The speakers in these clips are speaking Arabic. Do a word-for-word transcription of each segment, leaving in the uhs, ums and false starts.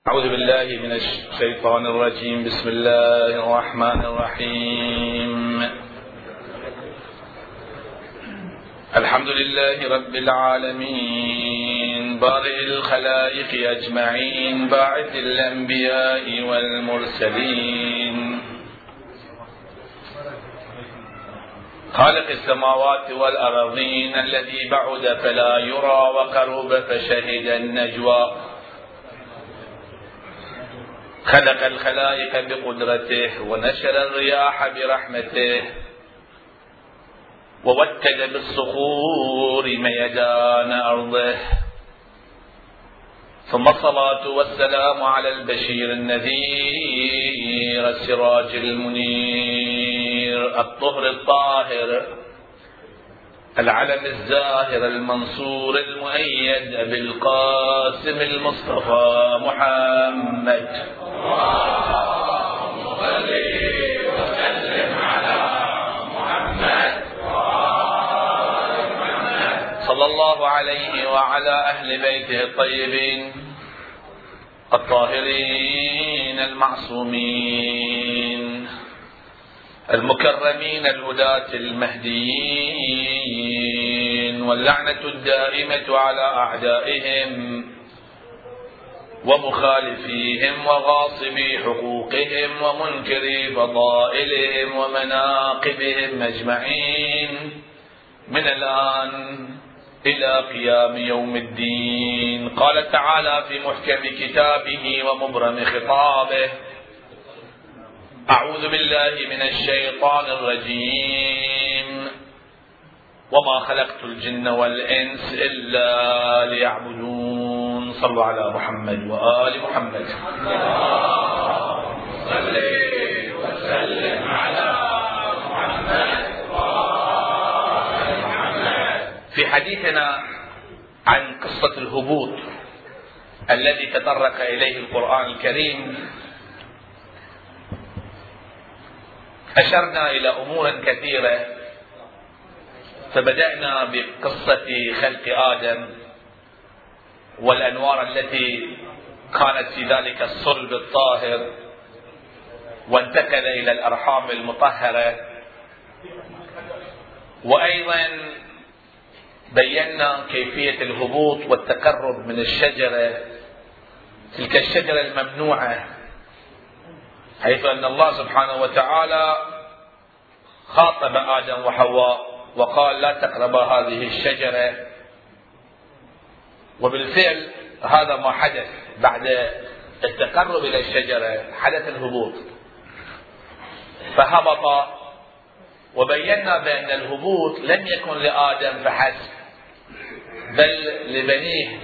أعوذ بالله من الشيطان الرجيم. بسم الله الرحمن الرحيم. الحمد لله رب العالمين، بارئ الخلائق أجمعين، باعث الأنبياء والمرسلين، خالق السماوات والأرضين، الذي بعد فلا يرى وقرب فشهد النجوى، خلق الخلائق بقدرته ونشر الرياح برحمته ووكد بالصخور ميدان أرضه، ثم الصلاة والسلام على البشير النذير السراج المنير الطهر الطاهر العلم الزاهر المنصور المؤيد بالقاسم المصطفى محمد. اللهم صل وسلم على محمد صلى الله عليه وعلى أهل بيته الطيبين الطاهرين المعصومين المكرمين الهداة المهديين، واللعنة الدائمة على أعدائهم ومخالفيهم وغاصبي حقوقهم ومنكري فضائلهم ومناقبهم أجمعين من الآن إلى قيام يوم الدين. قال تعالى في محكم كتابه ومبرم خطابه: أعوذ بالله من الشيطان الرجيم، وما خلقت الجن والإنس إلا ليعبدون. صلوا على محمد وآل محمد. صل وسلم على محمد وآل محمد. في حديثنا عن قصة الهبوط الذي تطرق إليه القرآن الكريم أشرنا إلى أمور كثيرة، فبدأنا بقصة خلق آدم والأنوار التي كانت في ذلك الصلب الطاهر، وانتقل إلى الأرحام المطهرة، وأيضا بينا كيفية الهبوط والتقرب من الشجرة، تلك الشجرة الممنوعة، حيث أن الله سبحانه وتعالى خاطب آدم وحواء وقال: لا تقربا هذه الشجرة. وبالفعل هذا ما حدث بعد التقرب إلى الشجرة، حدث الهبوط، فهبط. وبينا بأن الهبوط لم يكن لآدم فحسب، بل لبنيه.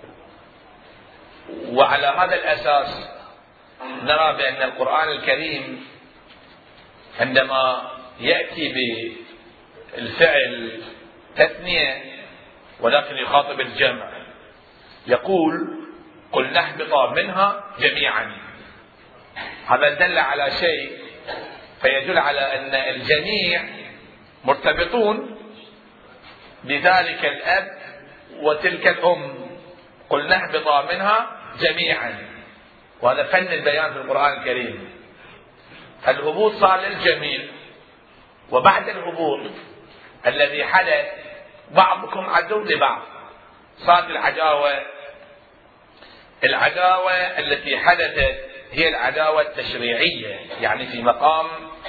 وعلى هذا الأساس نرى بأن القرآن الكريم عندما يأتي بالفعل تثنية ولكن يخاطب الجمع، يقول: قل نهبط منها جميعا. هذا دل على شيء، فيدل على أن الجميع مرتبطون بذلك الأب وتلك الأم. قل نهبط منها جميعا، وهذا فن البيان في القرآن الكريم. الهبوط صار للجميع، وبعد الهبوط الذي حدث بعضكم عدو لبعض، صارت العداوة. العداوة التي حدثت هي العداوة التشريعية، يعني في مقام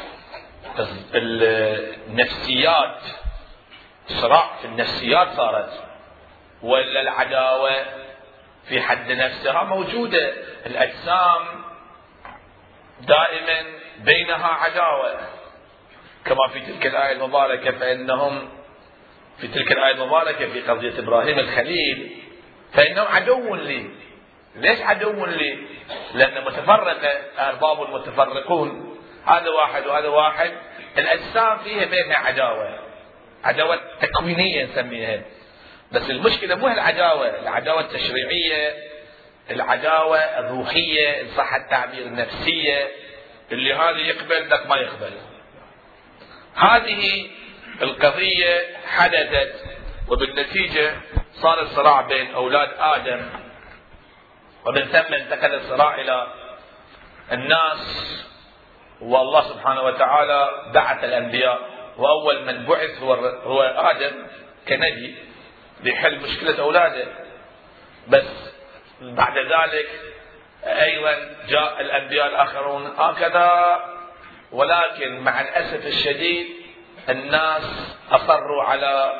النفسيات، صراع في النفسيات صارت، ولا العداوة في حد نفسها موجودة. الأجسام دائما بينها عداوة، كما في تلك الآية المباركة: فإنهم في تلك الآية المباركة في قضية إبراهيم الخليل فإنهم عدو لي. ليش عدو لي؟ لأن متفرقة، أرباب متفرقون، هذا واحد وهذا واحد، الأجسام فيها بينها عداوة، عداوة تكوينية نسميها. بس المشكلة مو العداوة، العداوة التشريعية، العداوة الروحية إن صح التعبير، النفسية، اللي هذا يقبل ذاك ما يقبل. هذه القضية حدثت، وبالنتيجة صار الصراع بين أولاد آدم ومن ثم انتقل الصراع إلى الناس، والله سبحانه وتعالى بعث الأنبياء، وأول من بعث هو هو آدم كنبي لحل مشكلة أولاده. بس بعد ذلك أيضا جاء الأنبياء الآخرون هكذا، ولكن مع الأسف الشديد الناس أصروا على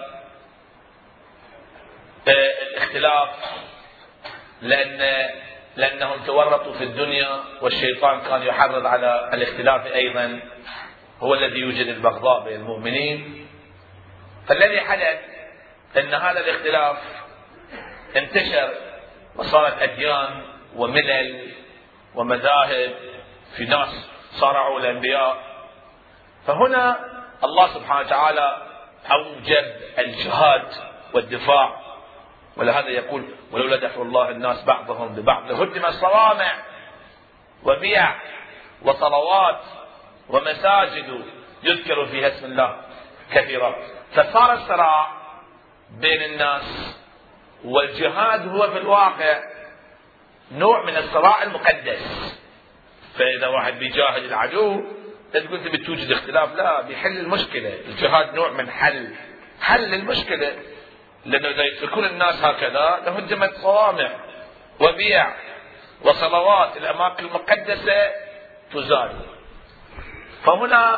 الاختلاف، لأن لأنهم تورطوا في الدنيا، والشيطان كان يحرض على الاختلاف أيضا، هو الذي يوجد البغضاء بين المؤمنين. فالذي حدث أن هذا الاختلاف انتشر وصارت أديان وملل ومذاهب، في ناس صارعوا الأنبياء. فهنا الله سبحانه وتعالى أوجب الجهاد والدفاع، ولهذا يقول ولولا دفع الله الناس بعضهم ببعض لهدم صوامع وبيع وصلوات ومساجد يذكر فيها اسم الله كثيرا. فصار الصراع بين الناس، والجهاد هو في الواقع نوع من الصراع المقدس. فإذا واحد بيجاهد العدو تقول انت بتوجد اختلاف، لا، بيحل المشكلة. الجهاد نوع من حل حل المشكلة، لأنه إذا يتركون الناس هكذا لهدمت صوامع وبيع وصلوات، الأماكن المقدسة تزال. فهنا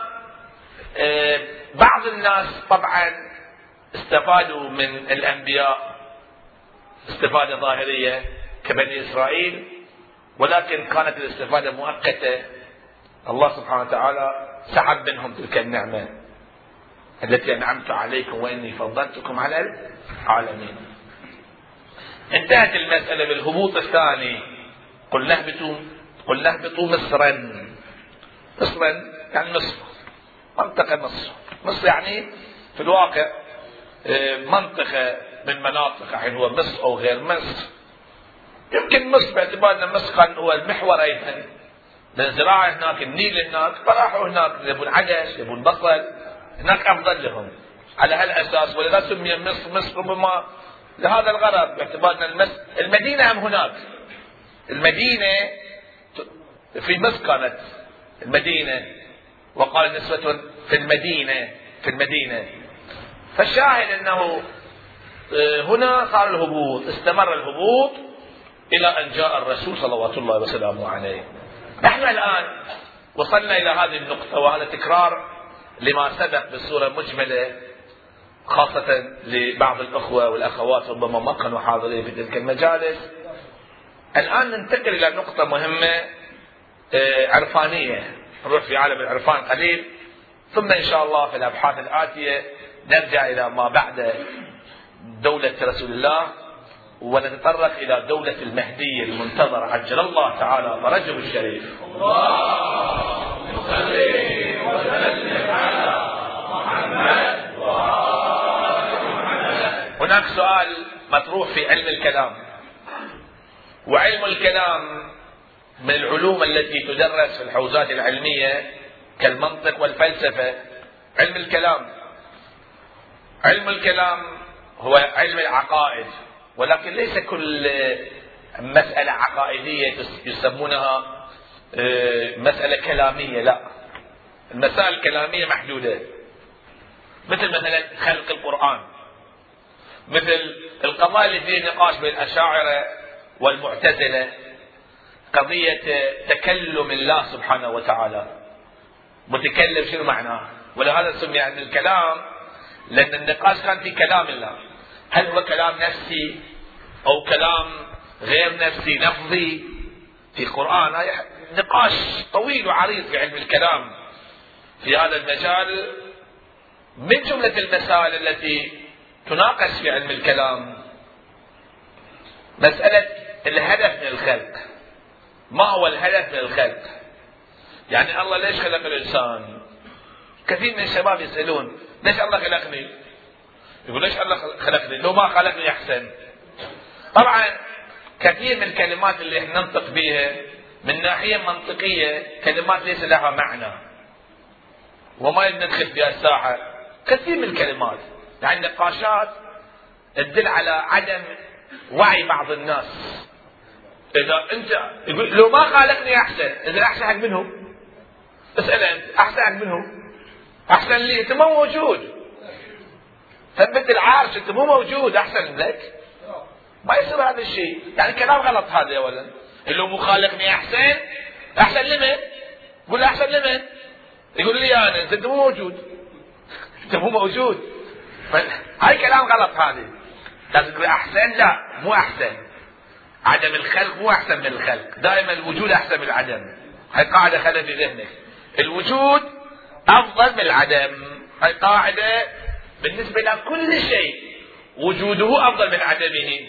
بعض الناس طبعا استفادوا من الأنبياء استفادة ظاهرية كبني إسرائيل، ولكن كانت الاستفادة مؤقتة. الله سبحانه وتعالى سحب منهم تلك النعمة التي أنعمت عليكم وإني فضلتكم على العالمين. انتهت المسألة بالهبوط الثاني. قل نهبطوا قل نهبطوا مصرا. مصرا يعني مصر، منطقة مصر. مصر يعني في الواقع منطقة من مناطق، الحين هو مصر أو غير مصر. يمكن مصر باعتبار أن مصر كان هو المحور أيضا للزراعة هناك، النيل هناك، فراحوا هناك يبون عدس يبون بصل، هناك أفضل لهم على هالأساس. ولذا سمي مصر مصر ربما لهذا الغرض، باعتبار أن المدينة هم هناك. المدينة في مصر كانت المدينة، وقال نسوة في المدينة في المدينة. فالشاهد أنه هنا صار الهبوط، استمر الهبوط إلى أن جاء الرسول صلوات الله وسلامه عليه. نحن الآن وصلنا إلى هذه النقطة، وهذا تكرار لما سبق بصورة مجملة، خاصة لبعض الأخوة والأخوات ربما ما كانوا حاضرين في تلك المجالس. الآن ننتقل إلى نقطة مهمة عرفانية، نروح في عالم العرفان قليل، ثم إن شاء الله في الأبحاث الآتية نرجع إلى ما بعد دولة رسول الله، ونتطرق إلى دولة المهدي المنتظر عجل الله تعالى فرجه الشريف. اللهم صل وسلم على محمد وآل محمد. هناك سؤال مطروح في علم الكلام، وعلم الكلام من العلوم التي تدرس في الحوزات العلمية كالمنطق والفلسفة. علم الكلام علم الكلام هو علم العقائد، ولكن ليس كل مسألة عقائدية يسمونها مسألة كلامية، لا، المسائل الكلامية محدودة، مثل مثلا خلق القرآن، مثل القضايا اللي فيها نقاش بين الأشاعرة والمعتزلة، قضية تكلم الله سبحانه وتعالى. متكلم شنو معناه؟ ولهذا سمي علم الكلام، لأن النقاش كان في كلام الله، هل هو كلام نفسي أو كلام غير نفسي لفظي في القرآن. نقاش طويل وعريض في علم الكلام في هذا المجال. من جملة المسائل التي تناقش في علم الكلام مسألة الهدف من الخلق. ما هو الهدف من الخلق؟ يعني الله ليش خلق الإنسان؟ كثير من الشباب يسألون ليش الله خلقني؟ يقول ليش الله خلقني؟ لو ما خلقني أحسن. طبعا كثير من الكلمات اللي احنا ننطق بها من ناحية منطقية كلمات ليس لها معنى وما ندخل فيها الساحة. كثير من الكلمات يعني نقاشات تدل على عدم وعي بعض الناس اذا انت يقول لو ما خالقني احسن، اذا احسن حق منه؟ اسال انت احسن حق منه؟ احسن لي انت مو موجود، ثبت العرش انت مو موجود، احسن لك؟ ما يصير هذا الشيء، يعني كلام غلط هذا. اولا لو مو خالقني احسن، احسن لمن؟ قول له احسن لمن؟ يقول لي انا انت مو موجود، انت مو موجود. هاي كلام غلط هذا. لازم تقول احسن، لا مو احسن. عدم الخلق مو احسن من الخلق، دائما الوجود احسن من العدم. هاي قاعده خلها في ذهنك، الوجود افضل من العدم. هاي قاعده بالنسبه لكل شيء، وجوده افضل من عدمه.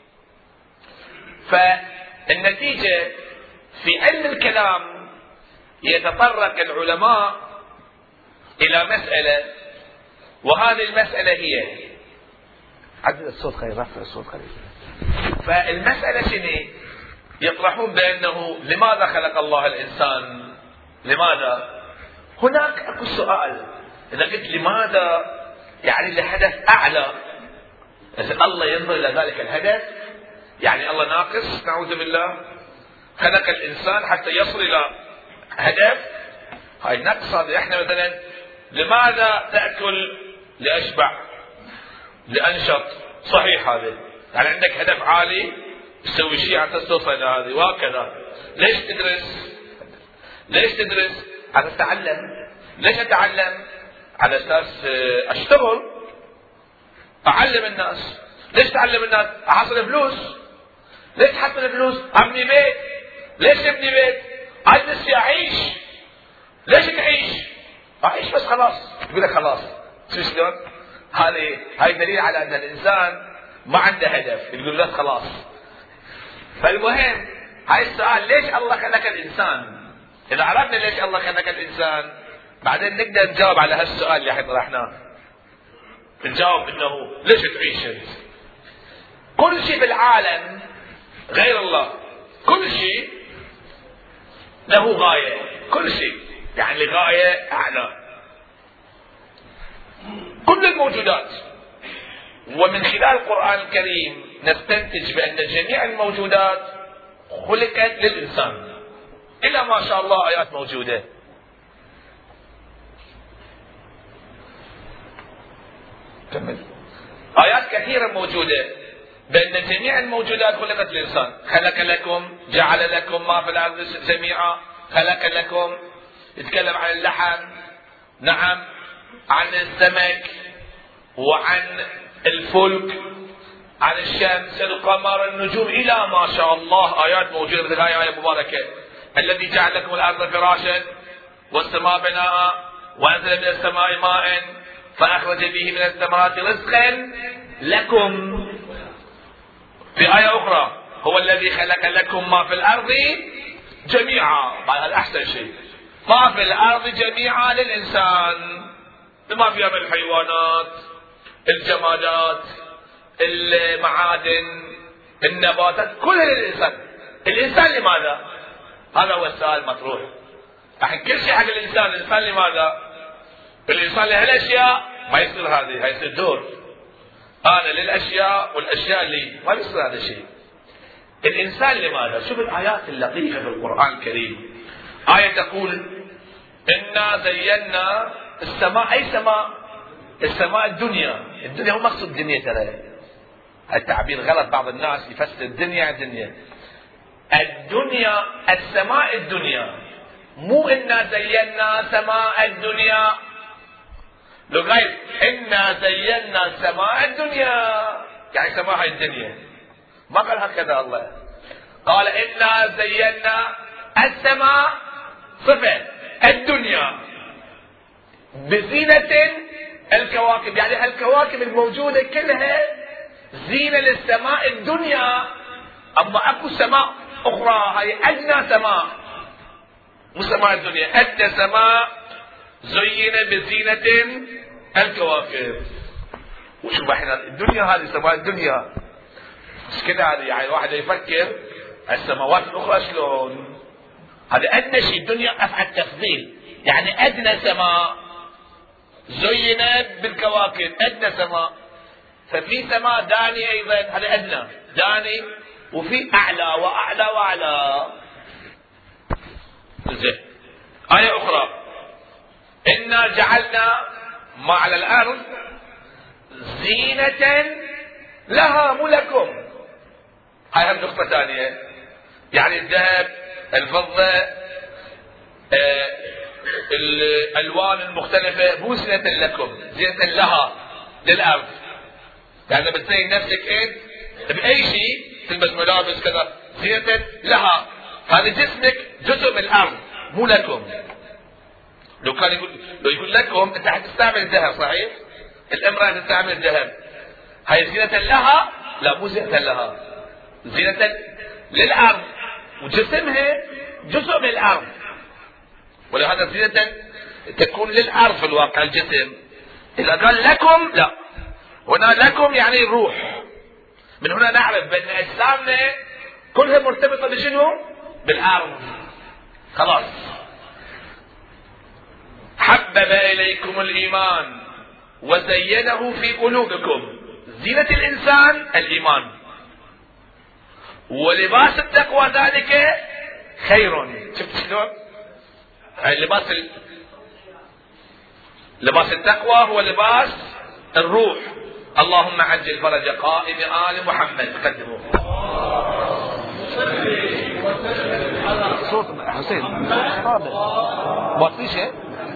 فالنتيجه في علم الكلام يتطرق العلماء الى مساله، وهذه المساله هي عدل الصوت خير، رفع الصوت قليل. فالمساله شنو؟ يطرحون بانه لماذا خلق الله الانسان؟ لماذا؟ هناك اكو سؤال، اذا قلت لماذا يعني لهدف اعلى، اذا الله ينظر الى ذلك الهدف، يعني الله ناقص نعوذ بالله، خلق الانسان حتى يصل الى هدف. هاي نقص. هذا احنا مثلا لماذا تاكل؟ لاشبع، لانشط، صحيح هذا، يعني عندك هدف عالي تسوي شيء حتى توصل الى هذه، وهكذا. ليش تدرس؟ ليش تدرس؟ على اتعلم. ليش اتعلم؟ على اساس اشتغل اعلم الناس. ليش تعلم الناس؟ احصل فلوس. ليش تحصل فلوس؟ ابني بيت. ليش ابني بيت؟ عايز نفسي اعيش. ليش تعيش؟ اعيش بس خلاص. يقول لك خلاص. شلون؟ هذه هاي دليل على ان الانسان ما عنده هدف، يقول له خلاص. فالمهم هاي السؤال، ليش الله خلق الانسان؟ اذا عرفنا ليش الله خلق الانسان، بعدين نقدر نجاوب على هالسؤال اللي احنا طرحناه. نجاوب انه ليش تعيش انت؟ كل شيء بالعالم غير الله، كل شيء له غاية، كل شيء يعني لغاية اعلى. كل الموجودات، ومن خلال القرآن الكريم نستنتج بأن جميع الموجودات خلقت للإنسان، إلا ما شاء الله آيات موجودة. كمل. آيات كثيرة موجودة بأن جميع الموجودات خلقت للإنسان. خلق لكم، جعل لكم ما في الأرض جميعا، خلق لكم، يتكلم عن اللحم، نعم، عن السمك، وعن الفلك، عن الشمس، القمر، النجوم، إلى ما شاء الله آيات موجودة. مثل هاي آية مباركة: الذي جعل لكم الأرض فراشا والسماء بناء وأنزل من السماء ماء فأخرج به من الثمرات رزقا لكم. في آية أخرى: هو الذي خلق لكم ما في الأرض جميعا. هذا أحسن شيء، ما في الأرض جميعا للإنسان، ما فيها من الحيوانات، الجمادات، المعادن، النباتات، كلها للإنسان. الإنسان لماذا؟ هذا هو السؤال المطروح. الحين كل شيء حق الإنسان. الإنسان لماذا؟ الإنسان لهالأشياء ما يصير هذه، هاي يصير دور. أنا للأشياء والأشياء لي، ما يصير هذا الشيء. الإنسان لماذا؟ شوف الآيات اللطيفة في القرآن الكريم. آية تقول: إنا زينا السماء. أي سماء؟ السماء الدنيا. الدنيا هو مقصود الدنيا، ترى التعبير غلط، بعض الناس يفسر الدنيا الدنيا. الدنيا السماء الدنيا، مو إنا زينا سماء الدنيا. لو غير إنا زينا سماء الدنيا يعني سماء هاي الدنيا، ما قال هكذا الله. قال إنا زينا السماء صفة الدنيا بزينة الكواكب، يعني الكواكب الموجودة كلها زينة للسماء الدنيا. أما أكو سماء أخرى، هاي أدنى سماء، مو سماء الدنيا، أدنى سماء زينة بزينة الكواكب. وشوف احنا الدنيا هذه سماء الدنيا، مش كده هذه، يعني الواحد يفكر السماوات الأخرى شلون. هذا أدنى شيء، الدنيا أفعل تفضيل، يعني أدنى سماء زينت بالكواكب، أدنى سماء. ففي سماء داني أيضا، هذا أدنى، داني وفي أعلى وأعلى وأعلى. زين. آية أخرى: إنا جعلنا ما على الأرض زينة لها مو لكم. هاي هم نقطة ثانية. يعني الذهب، الفضة، آه الألوان المختلفة مو زينة لكم، زينة لها، للأرض. يعني بتزين نفسك انت بأي شيء، تلبس ملابس كذا، زينة لها. هذا جسمك جزء من الأرض مو لكم. لو كان يقول لو يقول لكم انت حتستعمل الذهب، صحيح؟ الامرأة تستعمل الذهب، هاي زينة لها؟ لا، مو زينة لها، زينة للأرض، وجسمها جزء من الأرض، ولهذا زينة تكون للأرض في الواقع الجسم. إذا قال لكم لا، هنا لكم يعني الروح. من هنا نعرف بأن أجسامنا كلها مرتبطة بشنو؟ بالأرض. خلاص. حبب إليكم الإيمان وزينه في قلوبكم. زينة الإنسان الإيمان، ولباس التقوى ذلك خير. شفت شلون؟ لباس ال... لباس التقوى هو لباس الروح. اللهم عجل فرج قائم آل محمد. قدموا صوت حسين باطيشه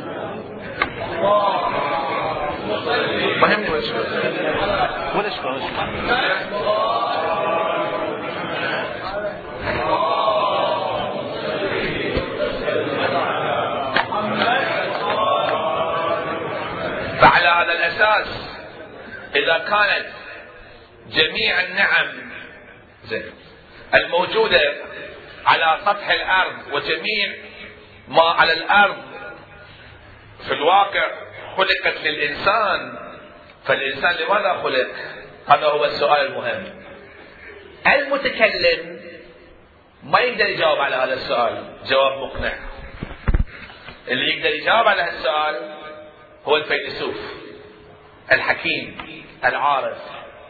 مهمني ولا شو ولا شو. فعلى هذا الأساس إذا كانت جميع النعم الموجودة على سطح الأرض وجميع ما على الأرض في الواقع خلقت للإنسان، فالإنسان لماذا خلق؟ هذا هو السؤال المهم. المتكلم ما يقدر يجاوب على هذا السؤال جواب مقنع. اللي يقدر يجاوب على هذا السؤال هو الفيلسوف الحكيم العارف.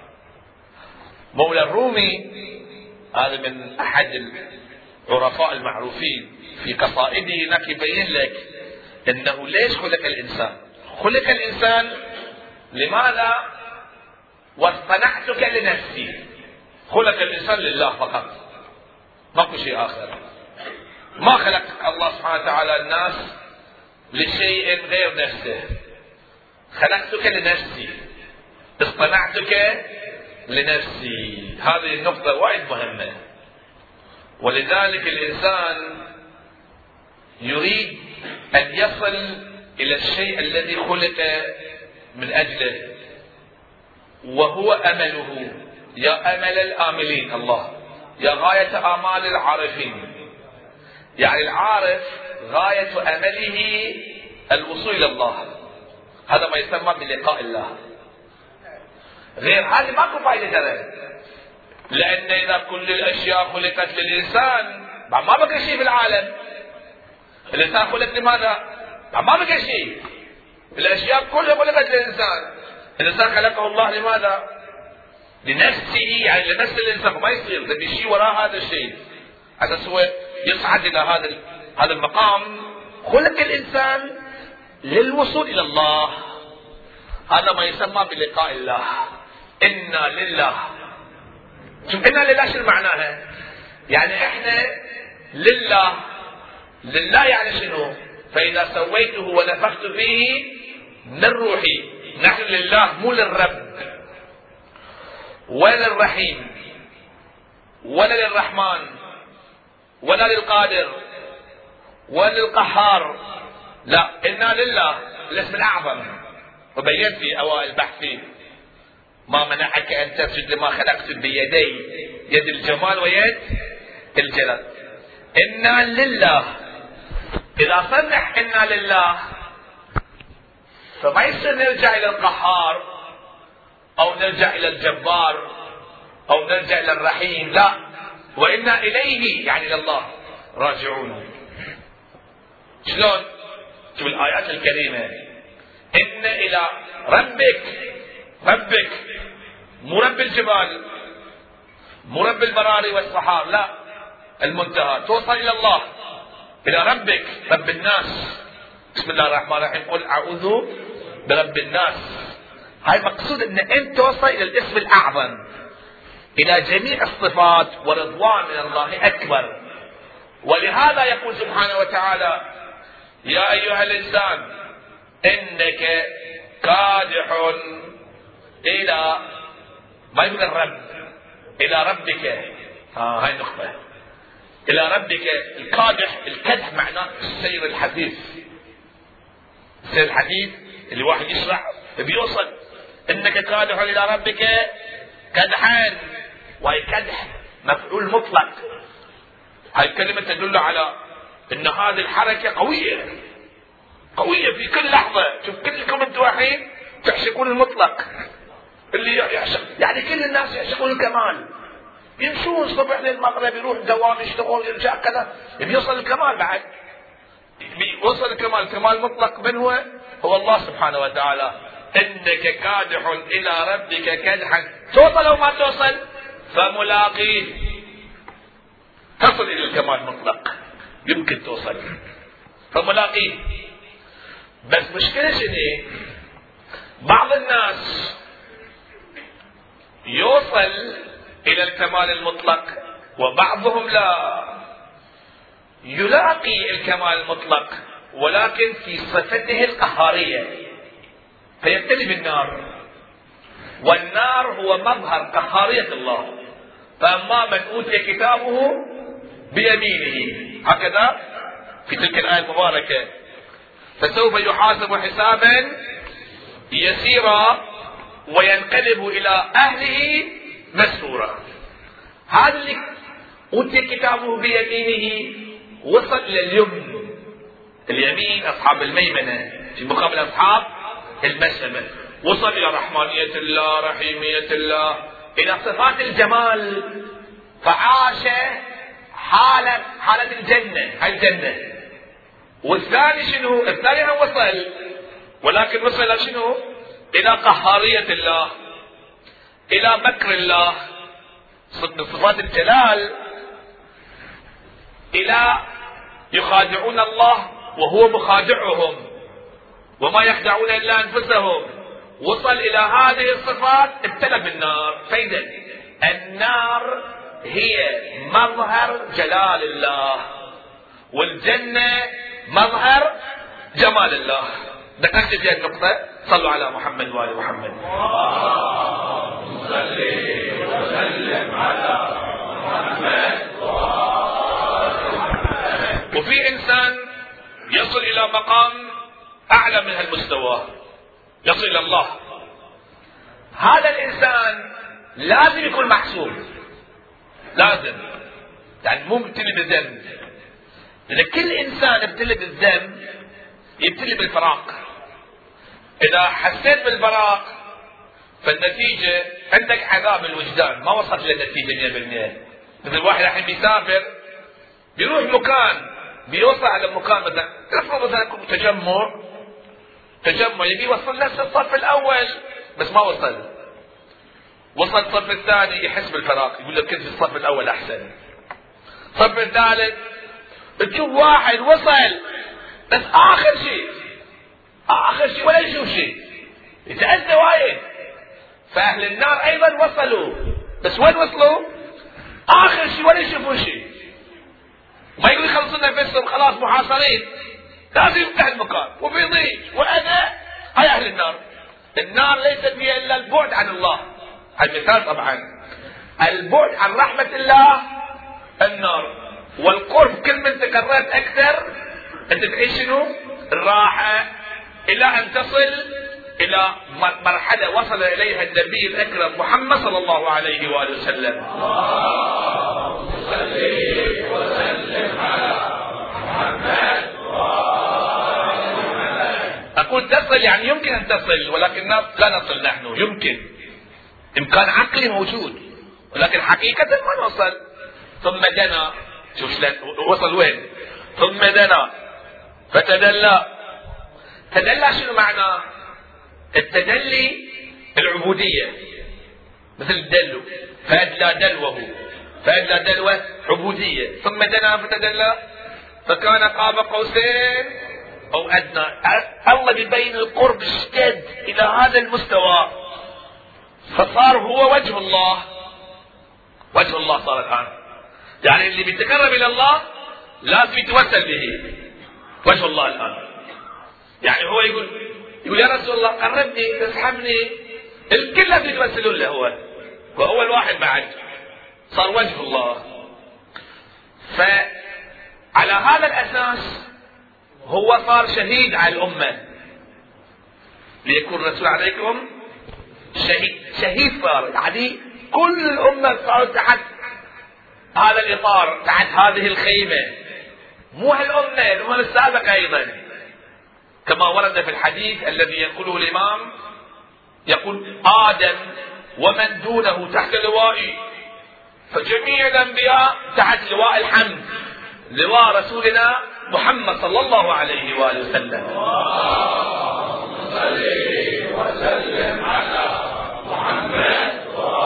مولى الرومي هذا من أحد العرفاء المعروفين، في قصائده هناك يبين لك انه ليش خلق الانسان. خلق الانسان لماذا؟ واصطنعتك لنفسي. خلق الانسان لله فقط، ماكو شيء اخر. ما خلق الله سبحانه وتعالى الناس لشيء غير نفسه. خلقتك لنفسي، اصطنعتك لنفسي. هذه النقطة وايد مهمة. ولذلك الانسان يريد أن يصل إلى الشيء الذي خلق من أجله، وهو أمله. يا أمل الآملين الله، يا غاية آمال العارفين. يعني العارف غاية أمله الوصول إلى الله، هذا ما يسمى بلقاء الله. غير هذا ماكو فائدة ترى، لأن إذا كل الأشياء خلقت للإنسان ما بقى شيء في العالم. الإنسان خلق لماذا؟ ما بقى شيء. الأشياء كلها خلقت للإنسان. الإنسان خلقه الله لماذا؟ لنفسه، يعني لنفس الإنسان. ما يصير بدي شيء وراء هذا الشيء أساس هو يصعد إلى هذا هذا المقام. خلق الإنسان للوصول إلى الله، هذا ما يسمى بلقاء الله. إنا لله. شوف إنا لله شو معناها؟ يعني إحنا لله. لله يعني شنو؟ فإذا سويته ونفخت فيه من روحي. نحن لله، مو للرب ولا للرحيم ولا للرحمن ولا للقادر ولا للقهار. لا، إنا لله الاسم الأعظم. وبينت في أوائل بحثي ما منعك أن تسجد لما خلقت بيدي، يد الجمال ويد الجلال. إنا لله. إذا صنح إنا لله فما يصير نرجع إلى القهار أو نرجع إلى الجبار أو نرجع إلى الرحيم. لا، وإنا إليه يعني لله راجعون. شلون؟ شوف الآيات الكريمة. إن إلى ربك، ربك مو رب الجبال، مو رب البراري والسحار، لا، المنتهى توصل الى الله، الى ربك رب الناس. بسم الله الرحمن الرحيم، قل اعوذ برب الناس. هاي مقصود ان انت توصل الى الاسم الاعظم، الى جميع الصفات، ورضوان من الله اكبر. ولهذا يقول سبحانه وتعالى: يا ايها الانسان انك كادح الى، ما يقول الرب، الى ربك. ها هاي النقطة، الى ربك. الكادح، الكدح معناه السير الحثيث، السير الحثيث اللي واحد يسرع بيوصل. انك كادح الى ربك كدحان، وهي كدح مفعول مطلق. هاي الكلمة تدل على ان هذه الحركة قوية قوية في كل لحظة. شوف كلكم انتم الحين تعشقون المطلق، اللي يعشق يعني كل الناس يعشقون الكمال، يمشون الصبح للمغرب، يروح دوام يشتغل يرجع كذا، بيوصل الكمال. بعد بيوصل الكمال، الكمال مطلق. من هو؟ هو الله سبحانه وتعالى. انك كادح الى ربك كدحا، توصل او ما توصل فملاقيه، تصل الى الكمال مطلق، يمكن توصل فملاقيه. بس مشكلة شنو؟ بعض الناس يوصل الى الكمال المطلق، وبعضهم لا، يلاقي الكمال المطلق ولكن في صفته القهارية، فيبتلي بالنار. والنار هو مظهر قهارية الله. فأما من أوتي كتابه بيمينه، هكذا في تلك الآية المباركة: فسوف يحاسب حسابا يسيرا وينقلب إلى أهله مسرورا. هذا اللي أوتي كتابه بيمينه وصل إلى اليمن. اليمين أصحاب الميمنة في مقابل أصحاب المشأمة. وصل إلى رحمانية الله، رحيمية الله، إلى صفات الجمال، فعاش حالة حالة الجنة، هاي الجنة. والثاني شنو؟ الثاني هم وصل، ولكن وصل إلى شنو؟ إلى قهارية الله، إلى مكر الله، من صفات الجلال، إلى يخادعون الله وهو مخادعهم، وما يخدعون إلا أنفسهم. وصل إلى هذه الصفات، ابتلى بالنار. فإذا النار هي مظهر جلال الله، والجنة مظهر جمال الله. ذكرت في النقطة. صلوا على محمد وآل محمد. اللهم صل وسلم على محمد. وفي إنسان يصل إلى مقام أعلى من هالمستوى، يصل إلى الله. هذا الإنسان لازم يكون محسوب، لازم، يعني مو مبتلي بالذنب. لأن كل إنسان يبتلي بالذنب يبتلي بالفراق. إذا حسيت بالفراق فالنتيجة عندك عذاب الوجدان، ما وصلت للنتيجة مئة بالمئة. مثل واحد الحين بيسافر بيروح مكان، بيوصل على مكان مثلا، افرض مثلا يكون تجمع تجمع يبي يوصل نفس الصف الأول بس ما وصل، وصل الصف الثاني يحس بالفراق، يقول لك كنت في الصف الأول أحسن. الصف الثالث تشوف واحد وصل بس آخر شيء آخر شيء ولا يشوف شيء، يتأذى وايد. فأهل النار أيضا وصلوا، بس وين وصلوا؟ آخر شيء ولا يشوفوا شيء. ما يقول يخلصون نفسهم خلاص محاصرين، لازم يفتح المكان وفي ضيق وأذى. هاي أهل النار. النار ليست هي إلا البعد عن الله. المثال طبعا البعد عن رحمة الله النار، والقرب كل ما انت قربت أكثر انت تعيش شنو؟ الراحة، إلى أن تصل إلى مرحلة وصل إليها النبي الأكرم محمد صلى الله عليه وآله وسلم. اللهم صل وسلم على محمد. أقول تصل يعني يمكن أن تصل، ولكن لا نصل نحن. يمكن إمكان عقلي موجود، ولكن حقيقة ما نوصل. ثم دنا، شوف وصل وين؟ ثم دنا فتدلى. تدلى شنو معناه؟ التدلي العبودية. مثل الدلو، فأدلى دلوه، فأدلى دلوه عبودية، ثم دنا فتدلى فكان قاب قوسين أو أدنى. الله بيبين القرب اشتد إلى هذا المستوى، فصار هو وجه الله. وجه الله صار الآن، يعني اللي بيتقرب إلى الله لازم يتوسل به. وجه الله الآن، يعني هو يقول يقول يا رسول الله قربني تسحبني، الكل لازم يتوسلون له، هو وهو الواحد بعد صار وجه الله. فعلى هذا الأساس هو صار شهيد على الأمة، ليكون الرسول عليكم شهيد. شهيد صار، يعني كل الأمة صارت تحت هذا الإطار، تحت هذه الخيمة، مو هالأمة، الأمم السابقة أيضا، كما ورد في الحديث الذي ينقله الإمام، يقول آدم ومن دونه تحت لوائي، فجميع الأنبياء تحت لواء الحمد، لواء رسولنا محمد صلى الله عليه وآله وسلم. اللهم صل وسلم على محمد.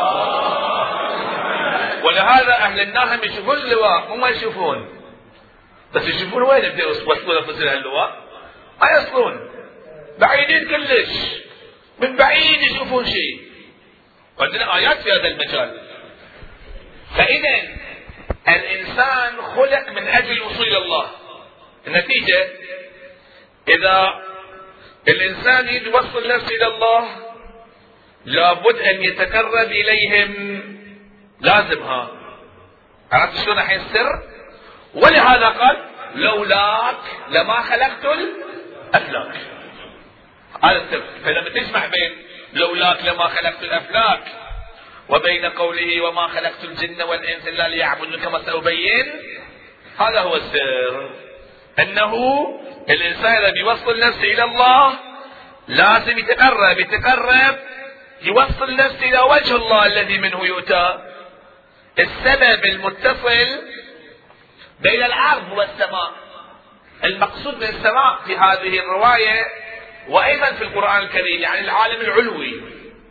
ولهذا أهل النار يشوفون اللواء، هم يشوفون، بس يشوفون وين يبدأ يوصلون أنفسهم اللواء؟ ما يصلون، بعيدين كلش، من بعيد يشوفون شيء. وعندنا آيات في هذا المجال. فإذا الإنسان خلق من أجل الوصول إلى الله. النتيجة إذا الإنسان يوصل نفسه إلى الله لابد أن يتقرب إليهم، لازم. ها عرفت شلون الحين السر؟ ولهذا قال لولاك لما خلقت الأفلاك، هذا السر. فلما تجمع بين لولاك لما خلقت الأفلاك وبين قوله وما خلقت الجن والإنس إلا ليعبدون كما سأبين، هذا هو السر، أنه الإنسان إذا بيوصل نفسه إلى الله لازم يتقرب يتقرب يوصل نفسه إلى وجه الله الذي منه يؤتى. السبب المتصل بين الأرض والسماء، المقصود من السماء في هذه الرواية وأيضا في القرآن الكريم يعني العالم العلوي،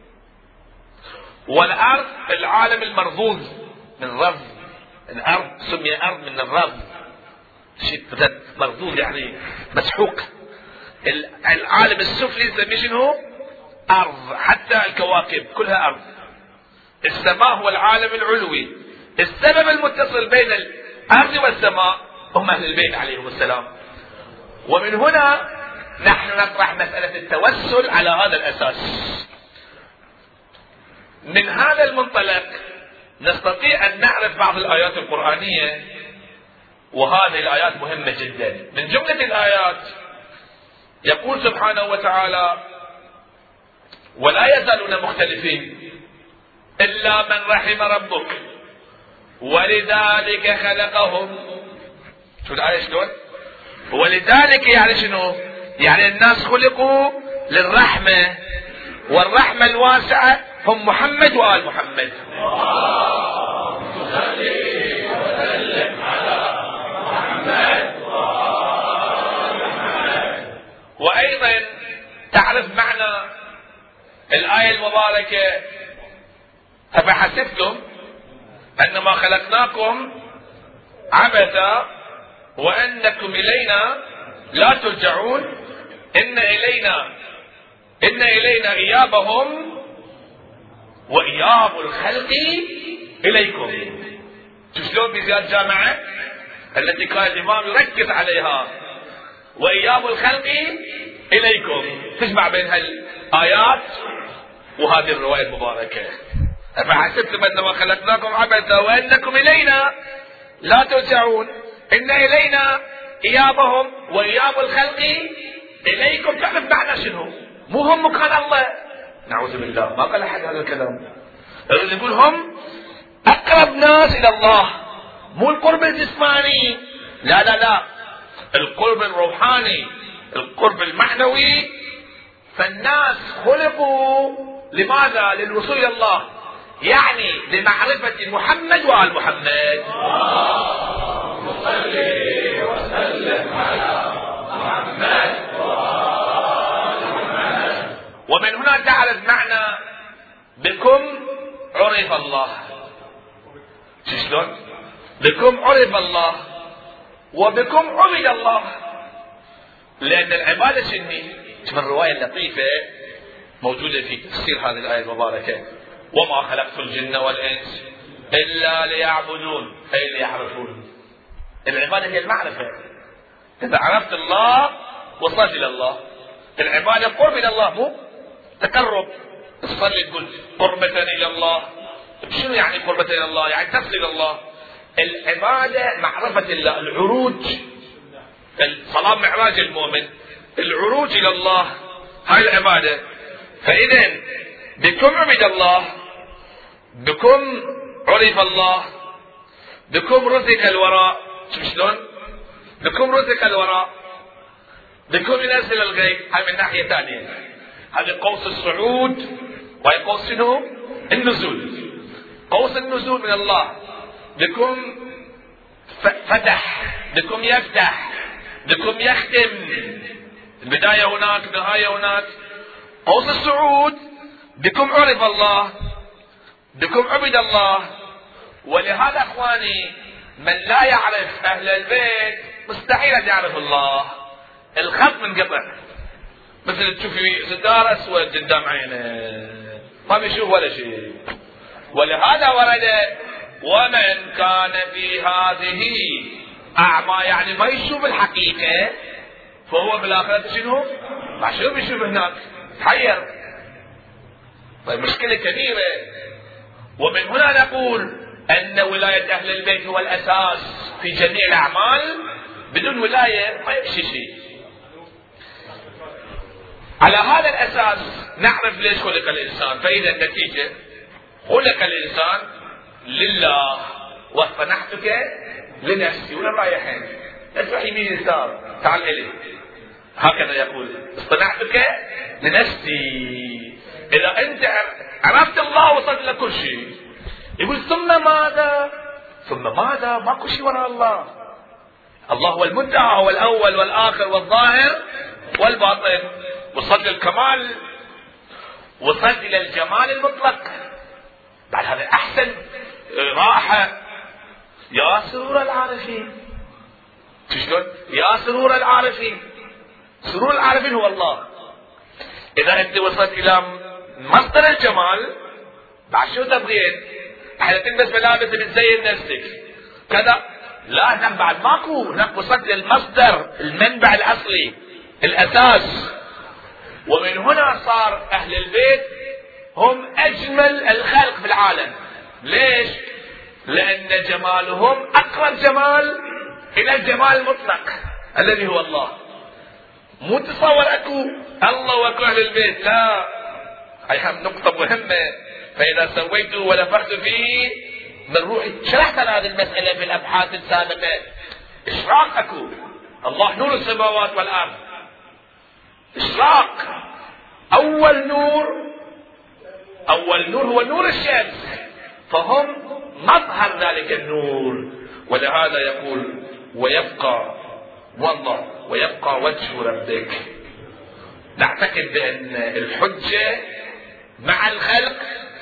والأرض العالم المرضوز من رض. الأرض سمي أرض من الرض، شيء مرضوز يعني مسحوق. العالم السفلي يسميه شنو؟ أرض، حتى الكواكب كلها أرض. السماء هو العالم العلوي. السبب المتصل بين الأرض والسماء هم أهل البيت عليهم السلام. ومن هنا نحن نطرح مسألة التوسل على هذا الأساس. من هذا المنطلق نستطيع أن نعرف بعض الآيات القرآنية، وهذه الآيات مهمة جدا. من جملة الآيات يقول سبحانه وتعالى ولا يزالون مختلفين إلا من رحم ربك ولذلك خلقهم. شو الآية شلون؟ ولذلك يعني شنو؟ يعني الناس خلقوا للرحمة، والرحمة الواسعة هم محمد وآل محمد. اللهم صل وسلم على محمد وآل محمد. وأيضا تعرف معنى الآية المباركة أفحسبتم أنما خلقناكم عبثا وأنكم إلينا لا ترجعون إن إلينا إن إلينا إيابهم وإياب الخلق إليكم. شلون بزيادة جامعة التي كان الإمام يركز عليها، وإياب الخلق إليكم، تجمع بين هالآيات وهذه الرواية المباركة. أفحسبتم أنما خلقناكم عبثا وأنكم إلينا لا ترجعون إن إلينا إيابهم وإياب الخلق إليكم. تعرف معنى شنو؟ مو هم مكان الله، نعوذ بالله، ما قال أحد هذا الكلام. يقول هم أقرب ناس إلى الله، مو القرب الجسماني، لا لا لا، القرب الروحاني، القرب المعنوي. فالناس خلقوا لماذا؟ للوصول إلى الله، يعني لمعرفة محمد وآل محمد. اللهم صل وسلم على محمد وآل محمد. ومن هنا تعرف معنى بكم عرف الله. شلون؟ بكم عرف الله وبكم عبد الله. لأن العبادة شني؟ من الرواية اللطيفة موجودة في تفسير هذه الآية المباركة: وما خلقت الجن والإنس إلا ليعبدون، أي ليعرفون. العبادة هي المعرفة. إذا عرفت الله وصلت إلى الله. العبادة قرب إلى الله، مو تقرب. تصلي تقول قربة إلى الله. شنو يعني قربة إلى الله؟ يعني تصل إلى الله. العبادة معرفة الله، العروج. الصلاة معراج المؤمن، العروج إلى الله، هاي العبادة. فإذا بكم عبد الله، بكم عرف الله، بكم رزق الوراء. شلون؟ بكم رزق الوراء، بكم ينزل الغيب. هاي من ناحية ثانية. هذه قوس الصعود وهي قوس شنو؟ النزول. قوس النزول من الله. بكم فتح، بكم يفتح، بكم يختم. البداية هناك، النهاية هناك. قوس الصعود بكم عرف الله، بكم عبد الله. ولهذا اخواني من لا يعرف اهل البيت مستحيل ان يعرف الله. الخط منقطع، مثل تشوفي ستار اسود قدام عينه ما بيشوف ولا شيء. ولهذا ورد ومن كان في هذه اعمى، يعني ما يشوف الحقيقه، فهو بالاخره شنو؟ ما شنو بيشوف هناك؟ تحير. طيب مشكله كبيره. ومن هنا نقول ان ولايه اهل البيت هو الاساس في جميع الاعمال. بدون ولايه ما يمشي شيء. على هذا الاساس نعرف ليش خلق الانسان. فاذا النتيجه خلق الانسان لله واصطنعتك لنفسي. ولا رايحين ادفع يمين يسار، تعال الي. هكذا يقول اصطنعتك لنفسي. اذا انت عرفت الله وصلت لك كل شيء. يقول ثم ماذا؟ ثم ماذا؟ ماكو شيء وراء الله. الله هو المدعى، هو الاول والاخر والظاهر والباطن. وصلت للكمال، وصلت الى الجمال المطلق. بعد هذا احسن راحه. يا سرور العارفين. شلون؟ يا سرور العارفين. سرور العارفين هو الله. اذا انت وصلت الى مصدر الجمال، بعد شو تبغين؟ احنا تلبس ملابس بتزين نفسك كذا، لا هناك بعد ماكو. هناك وصلت للمصدر، المنبع الاصلي، الاساس. ومن هنا صار اهل البيت هم اجمل الخلق في العالم. ليش؟ لان جمالهم اقرب جمال الى الجمال المطلق الذي هو الله. مو تصور اكو الله واكو اهل البيت، لا. هاي هم نقطة مهمة. فاذا سويته ونفخت فيه من روحي. شرحت هذه المسألة في الابحاث السابقة. اشراق اكو. الله نور السماوات والارض. اشراق. اول نور، اول نور هو نور الشمس، فهم مظهر ذلك النور. ولهذا يقول ويبقى والله ويبقى وجه ربك. نعتقد بان الحجة مع الخلق،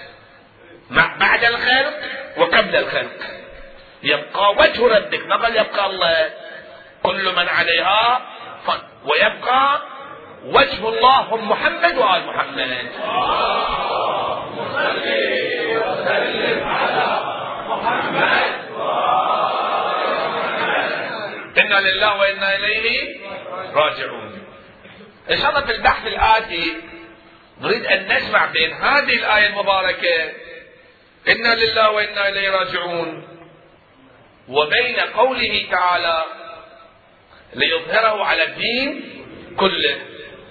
مع بعد الخلق وقبل الخلق. يبقى وجه ربك، ما قال يبقى الله. كل من عليها فان. ويبقى وجه الله هم محمد وآل محمد. اللهم صل وسلم على محمد. إنا لله وإنا إليه راجعون. إن شاء الله في البحث الآتي نريد أن نجمع بين هذه الآية المباركة إنا لله وإنا إليه راجعون وبين قوله تعالى ليظهره على الدين كله،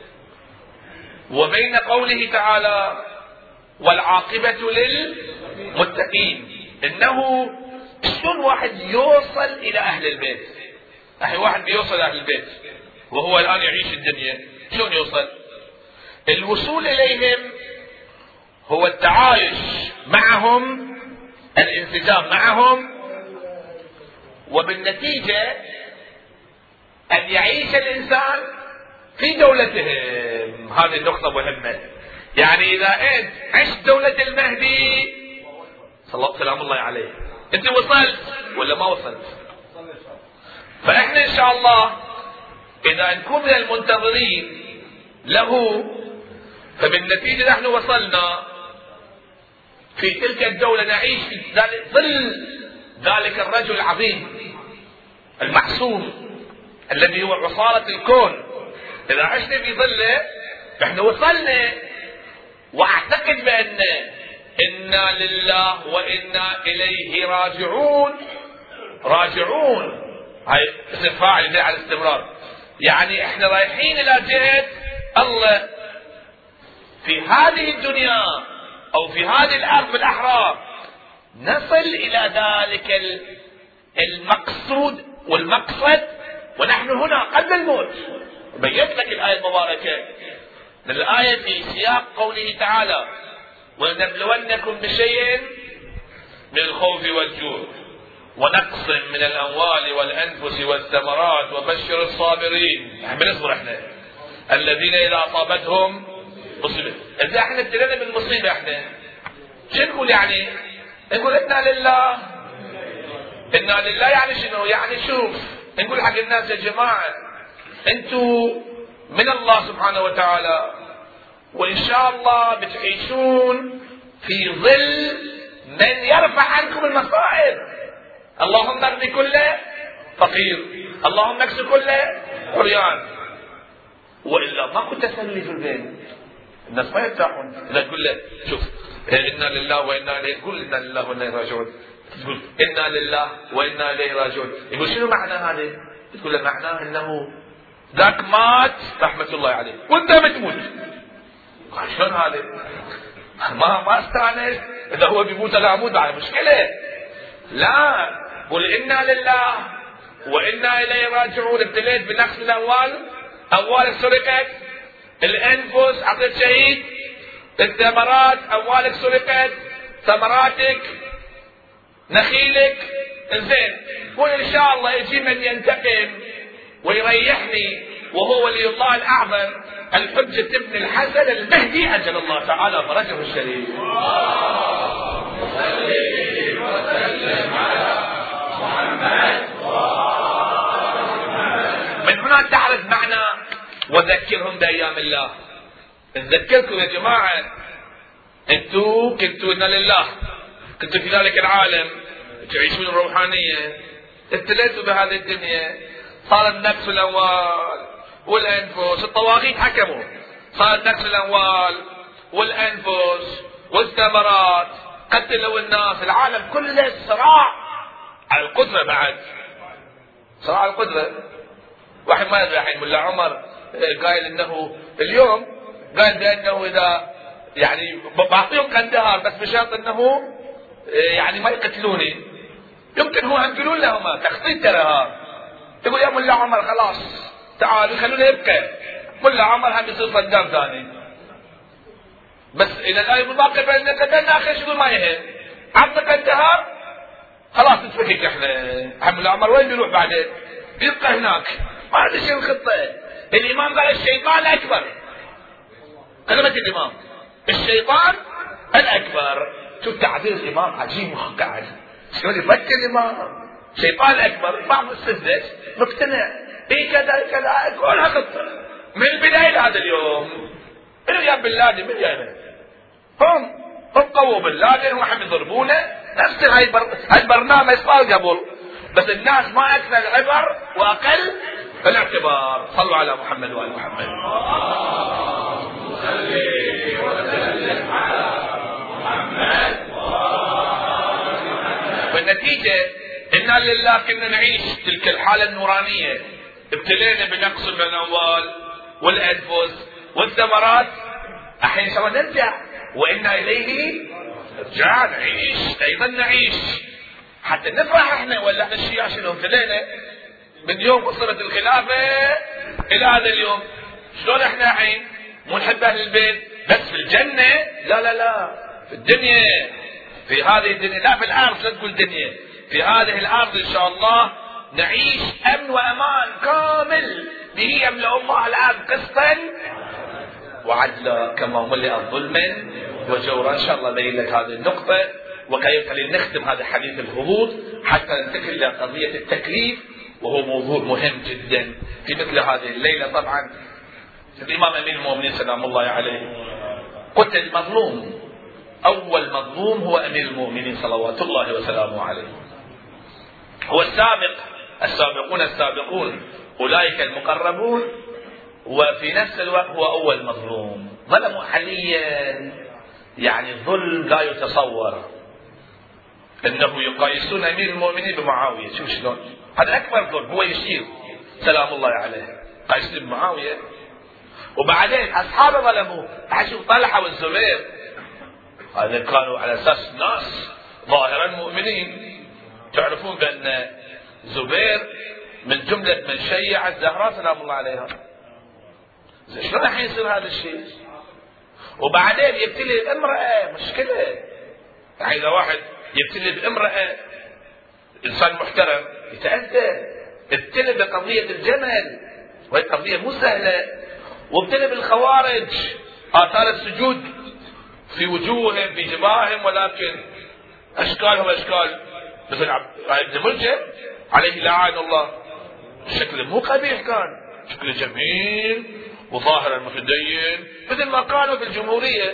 وبين قوله تعالى والعاقبة للمتقين. إنه شلون واحد يوصل إلى أهل البيت؟ أحي واحد بيوصل أهل البيت وهو الآن يعيش الدنيا، شلون يوصل؟ الوصول إليهم هو التعايش معهم، الانسجام معهم، وبالنتيجة أن يعيش الإنسان في دولتهم. هذه النقطة مهمة. يعني إذا أنت عشت دولة المهدي سلام الله عليه. انت وصلت ولا ما وصلت؟ فاحنا ان شاء الله اذا نكون من المنتظرين له، فبالنتيجة نحن وصلنا في تلك الدولة نعيش في ظل ذلك الرجل العظيم المحسوم الذي هو عصارة الكون. إذا عشنا في ظله نحن وصلنا. وأعتقد بأن إنا لله وإنا إليه راجعون. راجعون هاي اسم فاعل على الاستمرار، يعني احنا رايحين إلى جهة الله في هذه الدنيا أو في هذه الأرض بالأحرار، نصل إلى ذلك المقصود والمقصد ونحن هنا قبل الموت. بيّنت لك الآية المباركة من الآية في سياق قوله تعالى: ولنبلونكم بشيء من الخوف والجوع ونقص من الأموال والأنفس والثمرات وبشر الصابرين. احنا بنصبر احنا الذين إذا أصابتهم مصيبة. إذا احنا ابتلينا بالمصيبة احنا شو نقول؟ يعني نقول إنا لله. إنا لله يعني شنو؟ يعني شوف نقول حق الناس: يا جماعة انتوا من الله سبحانه وتعالى، وإن شاء الله بتعيشون في ظل من يرفع عنكم المصائب. اللهم اغني كل فقير، اللهم اكس كل عريان. وإلا ماكو تسلي في البيت، الناس ما يرتاحون. إذا تقول له شوف إنا لله وإنا إليه، قول إنا لله وإنا إليه راجعون. تقول إنا لله وإنا إليه راجعون، يقول شنو معنى هذا؟ تقول له معناه أنه ذاك مات رحمة الله عليه وأنت بتموت. قال شلون هذا؟ ما ما استانس، إذا هو بيموت أنا أموت على مشكلة. لا، قل إنا لله وإنا إليه راجعون. ابتليت بنقص الأموال، أموالك سرقت، الأنفس عطيت شهيد، الثمرات أموالك سرقت، ثمراتك نخيلك. إنزين قل إن شاء الله يجي من ينتقم ويريحني، وهو ولي الله الأعظم الحجة ابن الحسن المهدي أجل الله تعالى فرجه الشريف. صلي وسلم على محمد. من هنا تعرف معنى وذكرهم بأيام الله. نذكركم يا جماعة، انتوا كنتوا إنا لله، كنتوا في ذلك العالم تعيشون الروحانية، ابتليتوا بهذه الدنيا، صار النقص الأموال والأنفس، الطواغيت حكموا، صار نقص الأموال والأنفس والثمرات، قتلوا الناس، العالم كله صراع على القدرة. بعد صراع على القدرة. واحد ما يدري الحين ملا عمر قايل انه اليوم قال بانه اذا يعني بعطيهم قندهار بس بشرط انه يعني ما يقتلوني. يمكن هو هم يقولون لهم تخطيط ترى. تقول يا ملا عمر خلاص تعالوا خلونا يبقى. ملا عمر هم يصير صدام ثاني. بس اذا الآية المباقية بين قتلنا اخي شو ما يهم. عطنا قندهار خلاص نتفكك احنا. ملا عمر وين بيروح بعدين؟ يبقى هناك. ما ادري شو الخطة. الامام قال الشيطان الاكبر. كلمة الامام الشيطان الاكبر. شوف تعبير الامام عجيب وقاعد شلون يفكر الامام. الشيطان الاكبر بعض السذج مقتنع اي كذا كذا كلها خطة من البداية لهذا اليوم. من جاب بن لادن؟ من جايبه؟ هم هم قووا بن لادن وهم يضربونه. نفس هاي البرنامج صار قبل، بس الناس ما اكثر العبر واقل الاعتبار. صلوا على محمد وآل محمد. صلي وسلم على محمد. بالنتيجة إنا لله كنا نعيش تلك الحالة النورانية. ابتلينا بنقص من الأموال والأنفس والثمرات. الحين إن شاء الله نرجع وإنا إليه نرجع نعيش أيضا نعيش حتى نفرح احنا. ولا احنا الشيعة شنو ابتلينا من يوم وصلت الخلافة إلى هذا اليوم. شلون احنا الحين مو نحب أهل البيت بس في الجنة؟ لا لا لا، في الدنيا، في هذه الدنيا، لا في الأرض، لا تقول دنيا، في هذه الأرض إن شاء الله نعيش أمن وأمان كامل به يملأ الله الأرض قسطا وعدلا كما ملئت ظلما وجورا. إن شاء الله بين لك هذه النقطة وكيف نختم هذا حديث الهبوط حتى ننتقل إلى قضية التكليف، وهو موضوع مهم جدا في مثل هذه الليلة. طبعا الإمام أمير المؤمنين سلام الله عليه قتل مظلوم، أول مظلوم هو أمير المؤمنين صلوات الله وسلامه عليه، هو السابق السابقون السابقون أولئك المقربون، وفي نفس الوقت هو أول مظلوم. ظلموا حاليا يعني ظلم لا يتصور، انه يقايسون امير المؤمنين بمعاويه. شوف شلون هذا اكبر ظلم، هو يشير سلام الله عليه قايسين بمعاويه، وبعدين اصحابه ظلموه. شوف طلحه والزبير هذا كانوا على اساس ناس ظاهرا مؤمنين. تعرفون بان زبير من جمله من شيع الزهراء سلام الله عليها. شلون راح يصير هذا الشيء؟ وبعدين يبتلي بامراه، مشكله. يعني اذا واحد يبتلي بامراه انسان محترم يتاذى، ابتلي بقضيه الجمل وهي قضيه مو سهله، وابتلي بالخوارج اثار السجود في وجوههم في جباههم، ولكن اشكالهم اشكال مثل ابن ملجم عليه لعان الله، شكله مو قبيح، كان شكله جميل وظاهرا متدين مثل ما كانوا في الجمهوريه.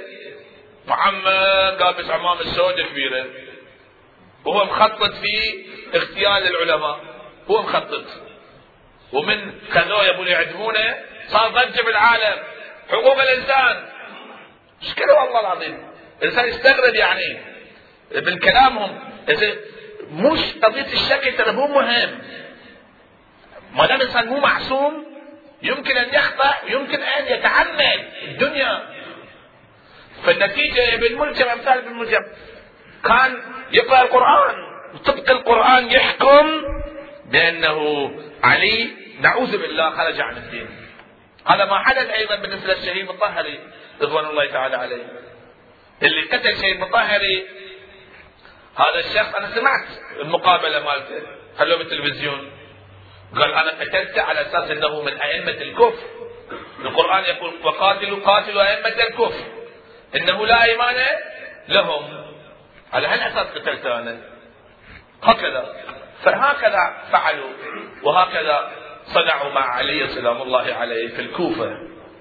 محمد لابس عمامه سوداء كبيره وهو مخطط في اغتيال العلماء، هو مخطط، ومن خذوه يبون يعدمونه صار ضجه بالعالم، حقوق الانسان. مشكله والله العظيم، الانسان يستغرب يعني من كلامهم. مش قضيه الشكل ترى مو مهم، ما دام الانسان مو معصوم يمكن ان يخطأ، يمكن ان يتعمد الدنيا. فالنتيجه ابن ملجم امثال ابن ملجم كان يقرأ القرآن وطبق القرآن يحكم بأنه علي نعوذ بالله خرج عن الدين. هذا ما حدث أيضا بالنسبة للشهيد الطاهري رضوان الله تعالى عليه، اللي قتل الشهيد الطاهري. هذا الشخص أنا سمعت المقابلة مالته خلوه بالتلفزيون، قال أنا قتلته على أساس أنه من أئمة الكفر. القرآن يقول وقاتلوا قاتلوا أئمة الكفر إنه لا إيمان لهم. على هالأساس قتلته أنا. هكذا فهكذا فعلوا وهكذا صنعوا مع علي سلام الله عليه في الكوفة.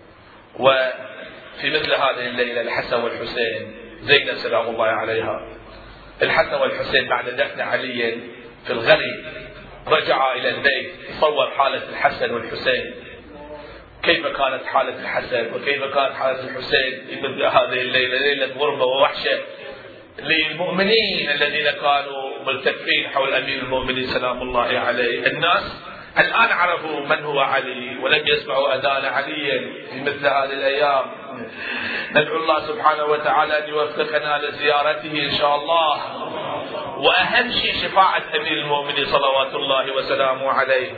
وفي مثل هذه الليلة الحسن والحسين، زينب سلام الله عليها، الحسن والحسين بعد دفن علي في الغري رجع إلى البيت، تصور حالة الحسن والحسين، كيف كانت حالة الحسن وكيف كانت حالة الحسين في مثل هذه الليلة، ليلة غربة ووحشة للمؤمنين الذين كانوا ملتفين حول أمير المؤمنين سلام الله عليه. الناس الآن عرفوا من هو علي ولم يسمعوا أذان علي في مثل هذه الأيام. ندعو الله سبحانه وتعالى أن يوفقنا لزيارته إن شاء الله، وأهم شيء شفاعة أمير المؤمنين صلوات الله وسلامه عليه.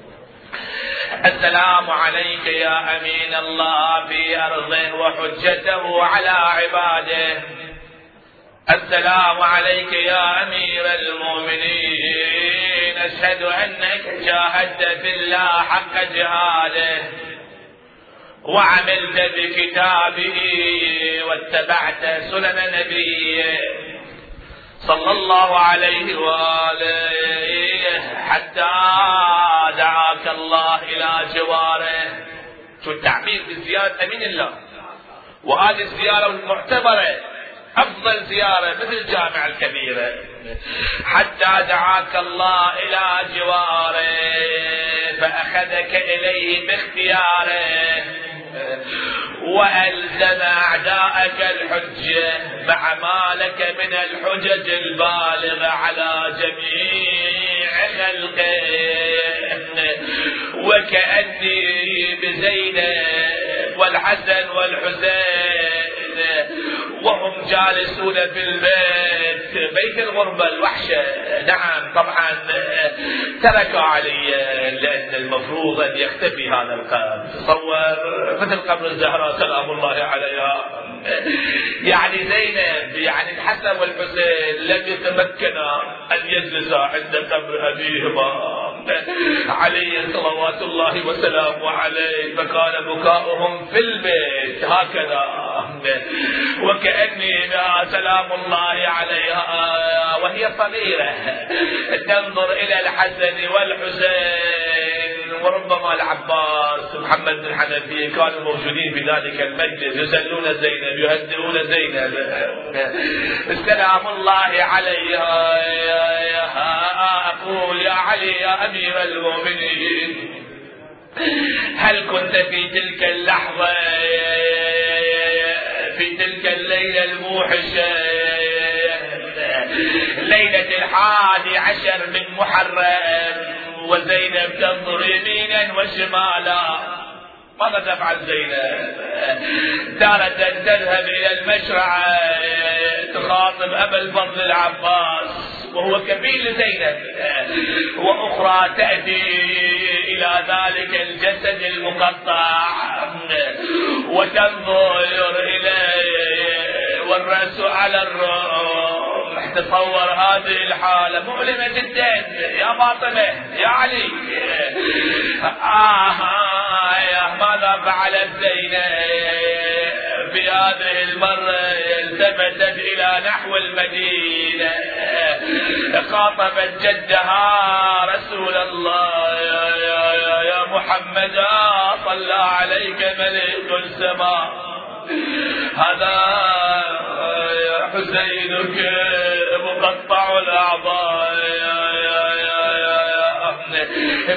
السلام عليك يا أمين الله في أرضه وحجته على عباده. السلام عليك يا أمير المؤمنين، أشهد أنك جاهدت في الله حق جهاده وعملت بكتابه واتبعت سنن نبيه صلى الله عليه وآله حتى دعاك الله إلى جواره. شو التعبير بزيارة أمين الله، وهذه الزيارة المعتبرة أفضل زيارة مثل الجامعة الكبيرة. حتى دعاك الله إلى جواره فأخذك إليه باختياره وألزم أعداءك الحجة مع ما لك من الحجج البالغة على جميع خلقه. وكأني بزينب والحسن والحسين وهم جالسون في البيت، بيت الغربة الوحشة. نعم طبعا تركوا علي لأن المفروض أن يختفي هذا القبر. تصور مثل قبر الزهراء سلام الله عليها، يعني زينب يعني الحسن والحسين لم يتمكنا أن يجلسا عند قبر أبيهما علي صلوات الله وسلامه عليه، فكان بكاؤهم في البيت هكذا، وكأني بها سلام الله عليها وهي صغيرة تنظر إلى الحسن والحسين، وربما العباس محمد بن حنفية كانوا موجودين في ذلك المجلس يسلون زينب يهدئون زينب. سلام الله عليها. أقول يا علي يا أمير المؤمنين، هل كنت في تلك اللحظة في تلك الليلة الموحشة ليلة الحادي عشر من محرم وزينب تنظر يمينا وشمالا، ماذا تفعل زينب؟ تارة تذهب إلى المشرعة تخاطب أبا الفضل العباس وهو كفيل لزينب، وأخرى تأتي إلى ذلك الجسد المقطع وتنظر إليه والرأس على الرمح. تصور هذه الحالة مؤلمة جدا يا فاطمة يا علي. آه آه ماذا فعلت زينب في هذه المرة؟ التفتت إلى نحو المدينة، خاطبت جدها رسول الله، يا, يا, يا, يا محمد صلى عليك ملك السماء، هذا حسينك مقطع الأعضاء يا يا يا يا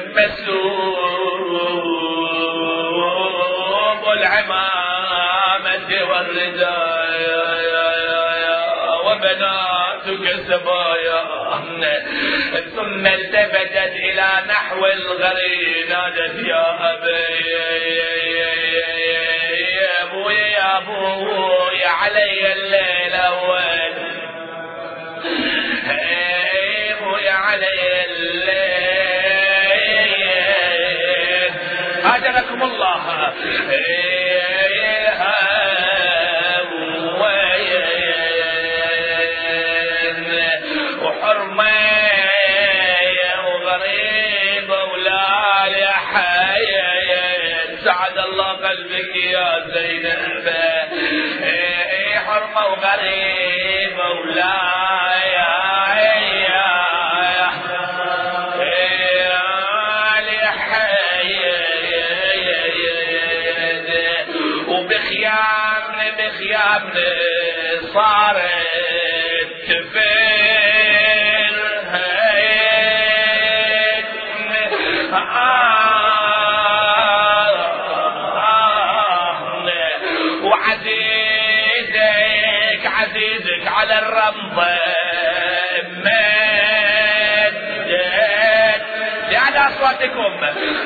مسلوب العمامة والرداء يا يا يا وبناتك سبايا. ثم التفتت إلى نحو الغري نادت يا أبي يا أبوي يا أبوي علي الليل أول، أبوي علي الليل هاجركم الله. وحرمة وغريب ولا لحياة، سعد الله قلبك يا زينب، حرمة وغريب ولا وبخيام بخيام صارت تفر هيك وعزيزك عزيزك على الرمضة مدت لعلى أصواتكم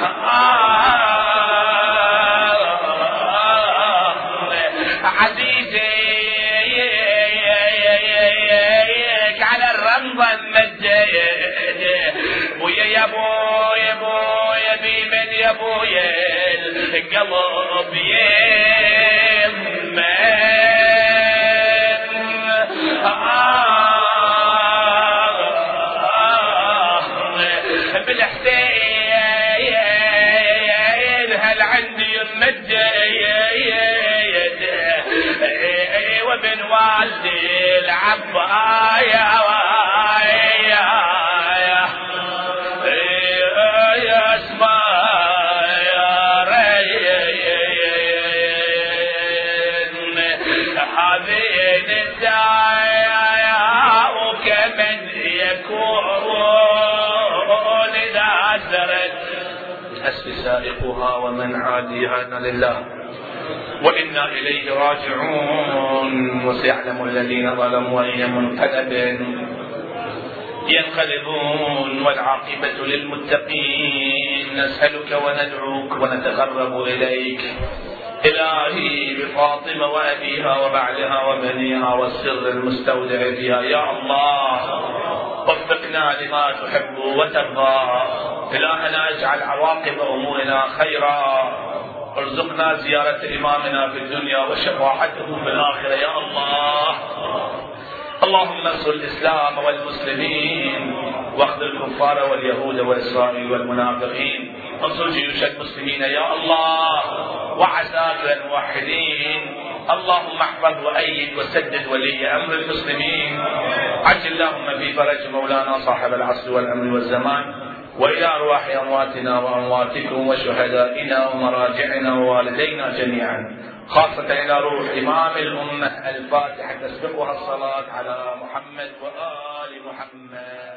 عزيزك على الرمضة مدت، ويا يا ابويا يا ابويا بمن يا ابويا القلب يمن بالحسين هل عندي مد وابن والدي العباية ويا يا اسماء يا رين هذين الدايا وكمن يكون إذا سرت حسب سائقها ومن عاديها لله وإنا إليه راجعون. وسيعلم الذين ظلموا أي منقلب ينقلبون والعاقبة للمتقين. نسألك وندعوك ونتقرب إليك إلهي بفاطمة وأبيها وبعلها وبنيها والسر المستودع فيها يا الله، وفقنا لما تحب وترضى. إلهنا اجعل عواقب أمورنا خيرا، ارزقنا زيارة إمامنا في الدنيا وشفاعته في الآخرة يا الله. اللهم انصر الإسلام والمسلمين واخذ الكفار واليهود وإسرائيل والمنافقين، انصر جيوش المسلمين يا الله وعساكر الموحدين. اللهم احفظ وأيد وسدد ولي أمر المسلمين. عجل اللهم في فرج مولانا صاحب العصر والأمر والزمان، وإلى أرواح أمواتنا وأمواتكم وشهدائنا ومراجعنا ووالدينا جميعا، خاصة إلى روح إمام الأمة الفاتحة تسبقها الصلاة على محمد وآل محمد.